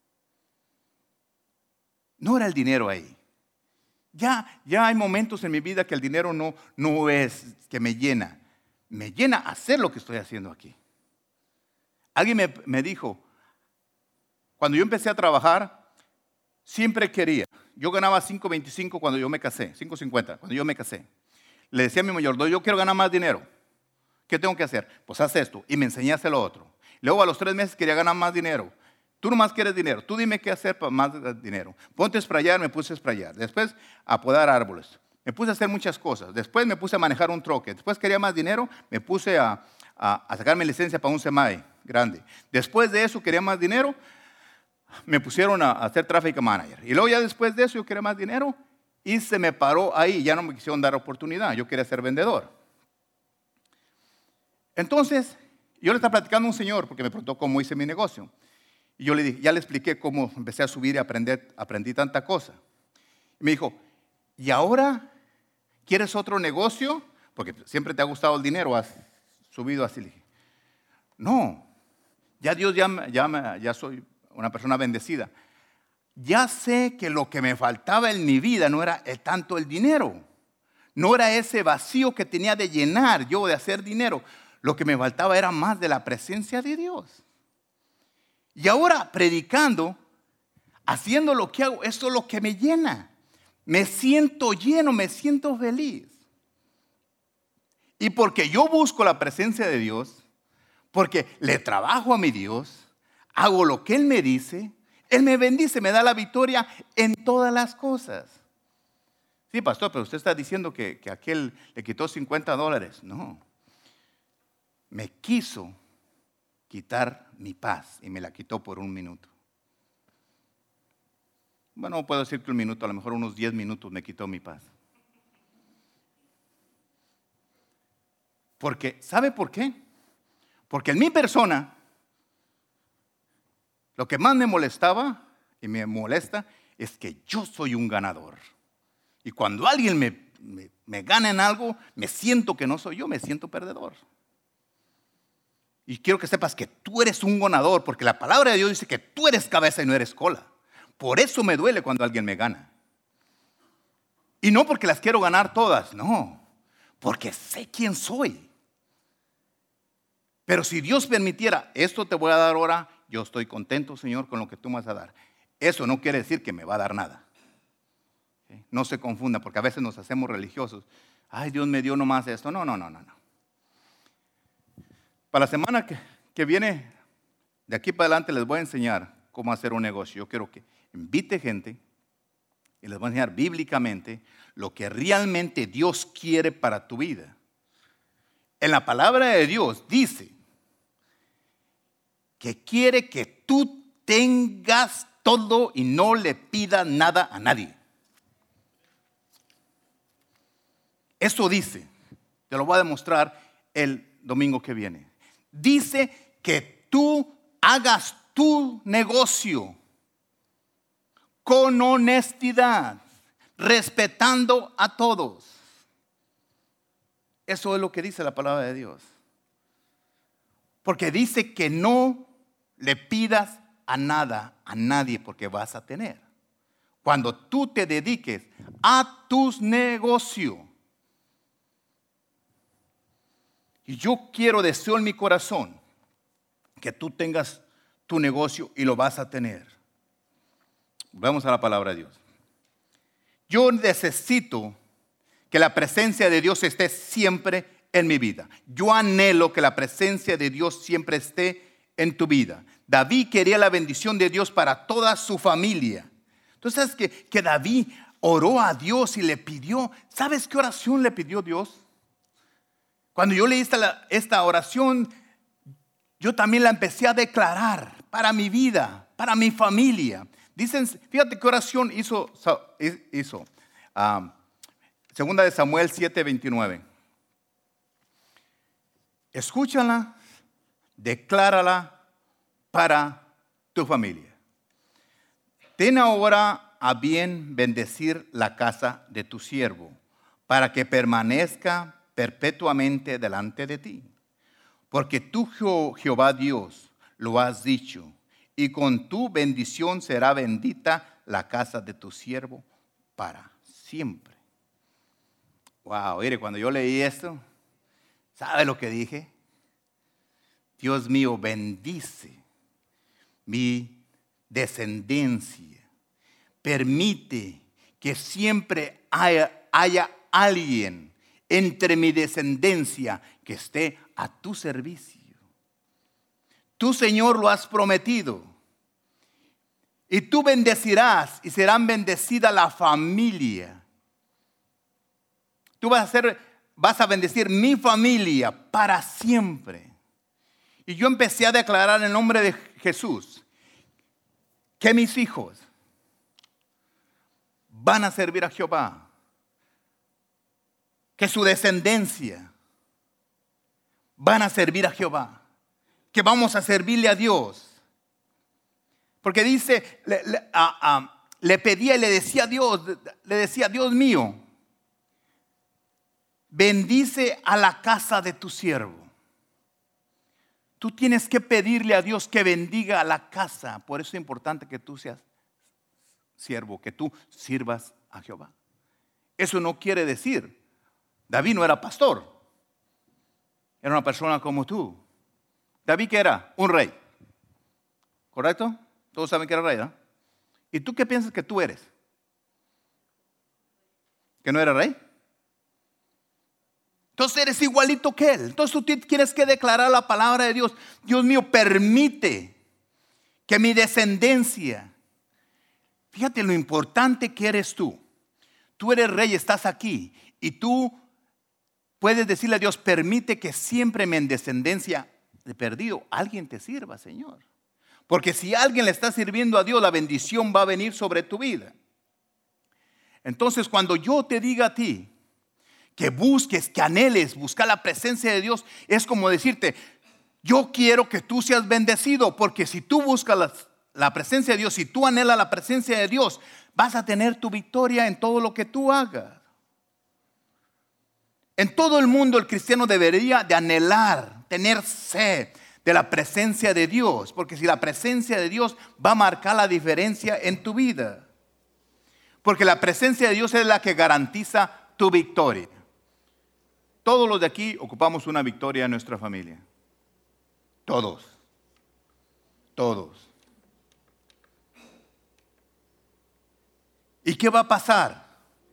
No era el dinero ahí. Ya, ya hay momentos en mi vida que el dinero no, no es que me llena. Me llena hacer lo que estoy haciendo aquí. Alguien me, me dijo, cuando yo empecé a trabajar, siempre quería. Yo ganaba cinco veinticinco cuando yo me casé, cinco cincuenta cuando yo me casé. Le decía a mi mayordomo, yo quiero ganar más dinero. ¿Qué tengo que hacer? Pues haz esto. Y me enseñé a hacer lo otro. Luego a los tres meses quería ganar más dinero. Tú nomás quieres dinero. Tú dime qué hacer para más dinero. Ponte a sprayar, me puse a sprayar. Después a podar árboles. Me puse a hacer muchas cosas. Después me puse a manejar un troque. Después quería más dinero, me puse a, a, a sacar mi licencia para un semi grande. Después de eso quería más dinero, me pusieron a, a hacer traffic manager. Y luego ya después de eso yo quería más dinero y se me paró ahí. Ya no me quisieron dar oportunidad. Yo quería ser vendedor. Entonces, yo le estaba platicando a un señor porque me preguntó cómo hice mi negocio. Y yo le dije, ya le expliqué cómo empecé a subir y aprender, aprendí tanta cosa. Y me dijo, ¿y ahora quieres otro negocio? Porque siempre te ha gustado el dinero, has subido así. Le dije, no, ya Dios ya, ya, ya soy una persona bendecida. Ya sé que lo que me faltaba en mi vida no era tanto el dinero. No era ese vacío que tenía de llenar yo de hacer dinero. Lo que me faltaba era más de la presencia de Dios. Y ahora predicando, haciendo lo que hago, eso es lo que me llena. Me siento lleno, me siento feliz. Y porque yo busco la presencia de Dios, porque le trabajo a mi Dios, hago lo que Él me dice, Él me bendice, me da la victoria en todas las cosas. Sí, pastor, pero usted está diciendo que, que aquel le quitó cincuenta dólares. No, me quiso quitar mi paz y me la quitó por un minuto. Bueno, puedo decir que un minuto, a lo mejor unos diez minutos me quitó mi paz. Porque, ¿sabe por qué? Porque en mi persona, lo que más me molestaba y me molesta es que yo soy un ganador. Y cuando alguien me, me, me gana en algo, me siento que no soy yo, me siento perdedor. Y quiero que sepas que tú eres un ganador, porque la palabra de Dios dice que tú eres cabeza y no eres cola. Por eso me duele cuando alguien me gana. Y no porque las quiero ganar todas, no, porque sé quién soy. Pero si Dios permitiera, esto te voy a dar ahora, yo estoy contento, Señor, con lo que tú me vas a dar. Eso no quiere decir que me va a dar nada. ¿Sí? No se confunda, porque a veces nos hacemos religiosos. Ay, Dios me dio nomás esto. No, no, no, no, no. Para la semana que, que viene, de aquí para adelante les voy a enseñar cómo hacer un negocio. Yo quiero que invite gente y les voy a enseñar bíblicamente lo que realmente Dios quiere para tu vida. En la palabra de Dios dice que quiere que tú tengas todo y no le pidas nada a nadie. Eso dice. Te lo voy a demostrar el domingo que viene. Dice que tú hagas tu negocio con honestidad, respetando a todos. Eso es lo que dice la palabra de Dios. Porque dice que no le pidas a nada, a nadie, porque vas a tener. Cuando tú te dediques a tus negocios. Y yo quiero, deseo en mi corazón que tú tengas tu negocio y lo vas a tener. Vamos a la palabra de Dios. Yo necesito que la presencia de Dios esté siempre en mi vida. Yo anhelo que la presencia de Dios siempre esté en tu vida. David quería la bendición de Dios para toda su familia. Entonces, ¿sabes que, que David oró a Dios y le pidió? ¿Sabes qué oración le pidió Dios? Cuando yo leí esta, esta oración, yo también la empecé a declarar para mi vida, para mi familia. Dicen, fíjate qué oración hizo, hizo um, Segunda de Samuel siete veintinueve. Escúchala, declárala para tu familia. Ten ahora a bien bendecir la casa de tu siervo, para que permanezca perpetuamente delante de ti. Porque tú, Jehová Dios, lo has dicho, y con tu bendición será bendita la casa de tu siervo para siempre. Wow, mire, cuando yo leí esto, ¿sabe lo que dije? Dios mío, bendice mi descendencia. Permite que siempre haya, haya alguien entre mi descendencia que esté a tu servicio. Tú, Señor, lo has prometido. Y tú bendecirás y serán bendecida la familia. Tú vas a hacer, vas a bendecir mi familia para siempre. Y yo empecé a declarar en el nombre de Jesús que mis hijos van a servir a Jehová. Que su descendencia van a servir a Jehová. Que vamos a servirle a Dios. Porque dice, le, le, a, a, le pedía y le decía a Dios, le decía, Dios mío, bendice a la casa de tu siervo. Tú tienes que pedirle a Dios que bendiga a la casa. Por eso es importante que tú seas siervo, que tú sirvas a Jehová. Eso no quiere decir, David no era pastor. Era una persona como tú. David, ¿qué era? Un rey. ¿Correcto? Todos saben que era rey, ¿no? ¿Y tú qué piensas que tú eres? ¿Que no era rey? Entonces eres igualito que él. Entonces tú tienes que declarar la palabra de Dios. Dios mío, permite que mi descendencia, fíjate lo importante que eres tú. Tú eres rey, estás aquí. Y tú puedes decirle a Dios, permite que siempre mi descendencia de perdido, alguien te sirva, Señor. Porque si alguien le está sirviendo a Dios, la bendición va a venir sobre tu vida. Entonces cuando yo te diga a ti, que busques, que anheles buscar la presencia de Dios, es como decirte: yo quiero que tú seas bendecido, porque si tú buscas la, la presencia de Dios, si tú anhelas la presencia de Dios, vas a tener tu victoria en todo lo que tú hagas. En todo el mundo el cristiano debería de anhelar, tener sed de la presencia de Dios, porque si la presencia de Dios va a marcar la diferencia en tu vida, porque la presencia de Dios es la que garantiza tu victoria. Todos los de aquí ocupamos una victoria en nuestra familia. Todos. Todos. ¿Y qué va a pasar?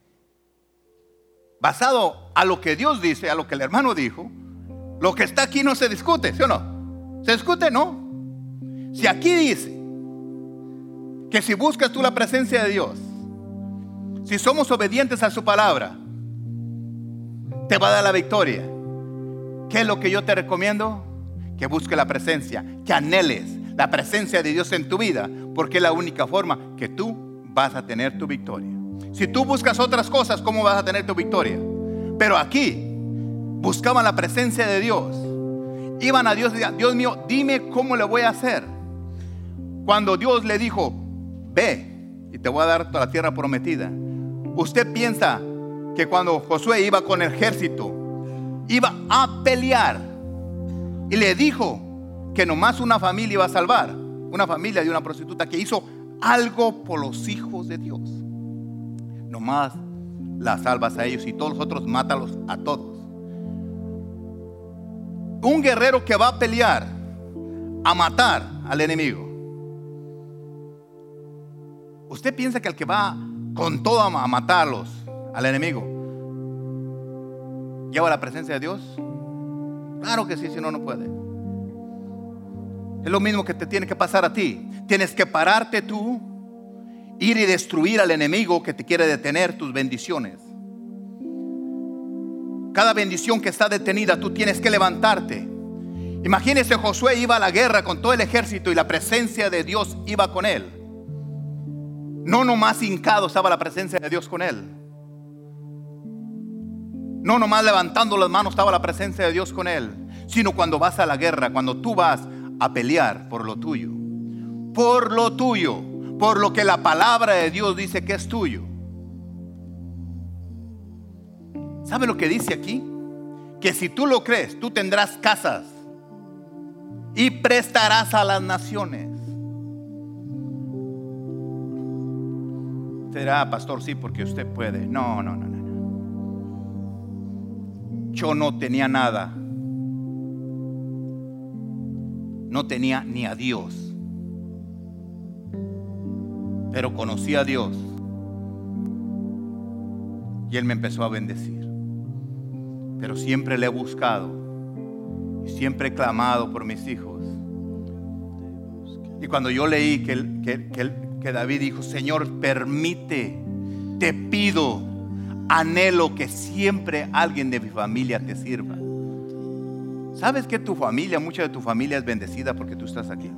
Basado a lo que Dios dice, a lo que el hermano dijo, lo que está aquí no se discute, ¿sí o no? ¿Se discute? No. Si aquí dice que si buscas tú la presencia de Dios, si somos obedientes a su palabra, te va a dar la victoria. ¿Qué es lo que yo te recomiendo? Que busques la presencia, que anheles la presencia de Dios en tu vida, porque es la única forma que tú vas a tener tu victoria. Si tú buscas otras cosas, ¿cómo vas a tener tu victoria? Pero aquí buscaban la presencia de Dios. Iban a Dios y decían: Dios mío, dime cómo le voy a hacer. Cuando Dios le dijo: ve y te voy a dar toda la tierra prometida, usted piensa que cuando Josué iba con el ejército, iba a pelear y le dijo que nomás una familia iba a salvar, una familia de una prostituta que hizo algo por los hijos de Dios? Nomás la salvas a ellos y todos los otros mátalos a todos. Un guerrero que va a pelear, a matar al enemigo, ¿usted piensa que el que va con todo a matarlos al enemigo lleva la presencia de Dios? Claro que sí, si no, no puede. Es lo mismo que te tiene que pasar a ti. Tienes que pararte tú, ir y destruir al enemigo que te quiere detener tus bendiciones. Cada bendición que está detenida, tú tienes que levantarte. Imagínese, Josué iba a la guerra con todo el ejército y la presencia de Dios iba con él. No nomás hincado estaba la presencia de Dios con él. No nomás levantando las manos estaba la presencia de Dios con él, sino cuando vas a la guerra, cuando tú vas a pelear por lo tuyo, por lo tuyo, por lo que la palabra de Dios dice que es tuyo. ¿Sabe lo que dice aquí? Que si tú lo crees, tú tendrás casas y prestarás a las naciones. Será, pastor, sí, porque usted puede. No, no, no, no. Yo no tenía nada. No tenía ni a Dios, pero conocí a Dios y Él me empezó a bendecir. Pero siempre le he buscado y siempre he clamado por mis hijos. Y cuando yo leí que, que, que, que David dijo: Señor, permite, te pido, anhelo que siempre alguien de mi familia te sirva. ¿Sabes que tu familia, mucha de tu familia es bendecida porque tú estás aquí?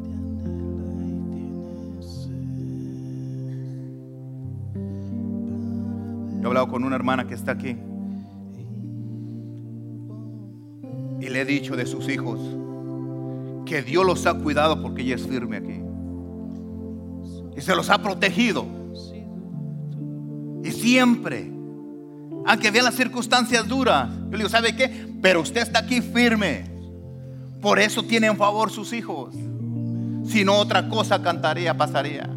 Yo he hablado con una hermana que está aquí y le he dicho de sus hijos que Dios los ha cuidado porque ella es firme aquí y se los ha protegido. Y siempre, aunque vean las circunstancias duras, yo le digo: ¿sabe qué? Pero usted está aquí firme. Por eso tiene en favor sus hijos. Si no, otra cosa cantaría, pasaría.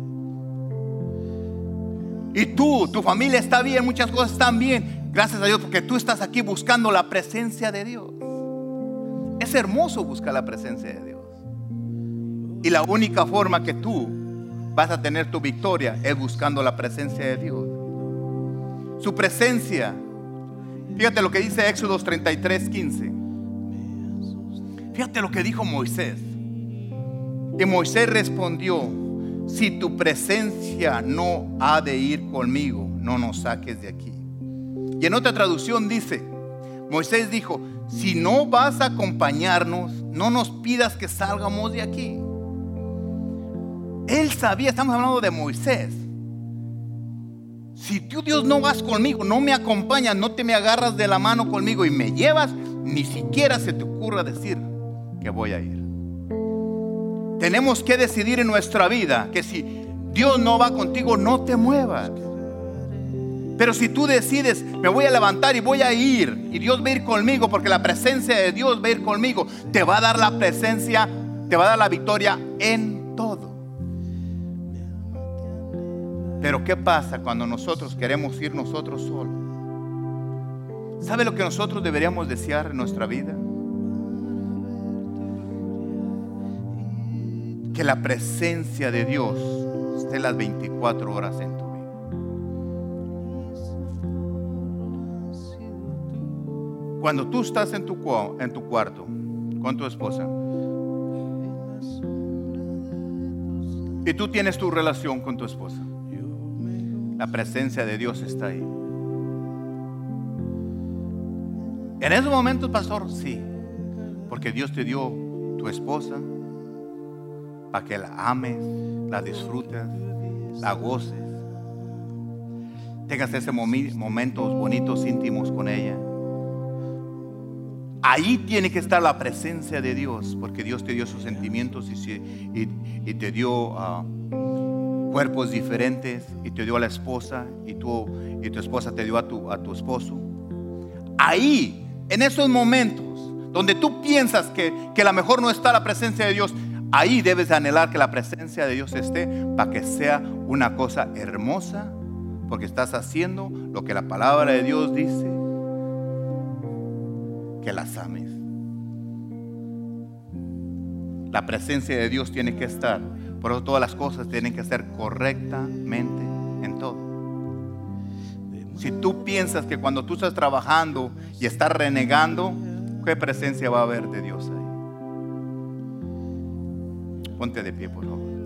Y tú, tu familia está bien, muchas cosas están bien, gracias a Dios, porque tú estás aquí buscando la presencia de Dios. Es hermoso buscar la presencia de Dios. Y la única forma que tú vas a tener tu victoria es buscando la presencia de Dios. Su presencia. Fíjate lo que dice Éxodo treinta y tres, quince. Fíjate lo que dijo Moisés. Y Moisés respondió: si tu presencia no ha de ir conmigo, no nos saques de aquí. Y en otra traducción dice, Moisés dijo: si no vas a acompañarnos, no nos pidas que salgamos de aquí. Él sabía, estamos hablando de Moisés. Si tú, Dios, no vas conmigo, no me acompañas, no te me agarras de la mano conmigo y me llevas, ni siquiera se te ocurra decir que voy a ir. Tenemos que decidir en nuestra vida que si Dios no va contigo, no te muevas. Pero si tú decides, me voy a levantar y voy a ir, y Dios va a ir conmigo, porque la presencia de Dios va a ir conmigo, te va a dar la presencia, te va a dar la victoria en todo. Pero ¿qué pasa cuando nosotros queremos ir nosotros solos? ¿Sabe lo que nosotros deberíamos desear en nuestra vida? Que la presencia de Dios esté las veinticuatro horas en tu vida. Cuando tú estás en tu, en tu cuarto con tu esposa y tú tienes tu relación con tu esposa, la presencia de Dios está ahí. En esos momentos, pastor, sí, porque Dios te dio tu esposa para que la ames, la disfrutes, la goces, tengas esos momentos bonitos, íntimos con ella. Ahí tiene que estar la presencia de Dios, porque Dios te dio sus sentimientos y, y, y te dio uh, cuerpos diferentes, y te dio a la esposa, y tu, y tu esposa te dio a tu, a tu esposo. Ahí, en esos momentos donde tú piensas que, que a lo mejor no está la presencia de Dios, ahí debes anhelar que la presencia de Dios esté, para que sea una cosa hermosa, porque estás haciendo lo que la palabra de Dios dice, que las ames. La presencia de Dios tiene que estar, por eso todas las cosas tienen que ser correctamente en todo. Si tú piensas que cuando tú estás trabajando y estás renegando, ¿qué presencia va a haber de Dios ahí? Ponte de pie, por favor.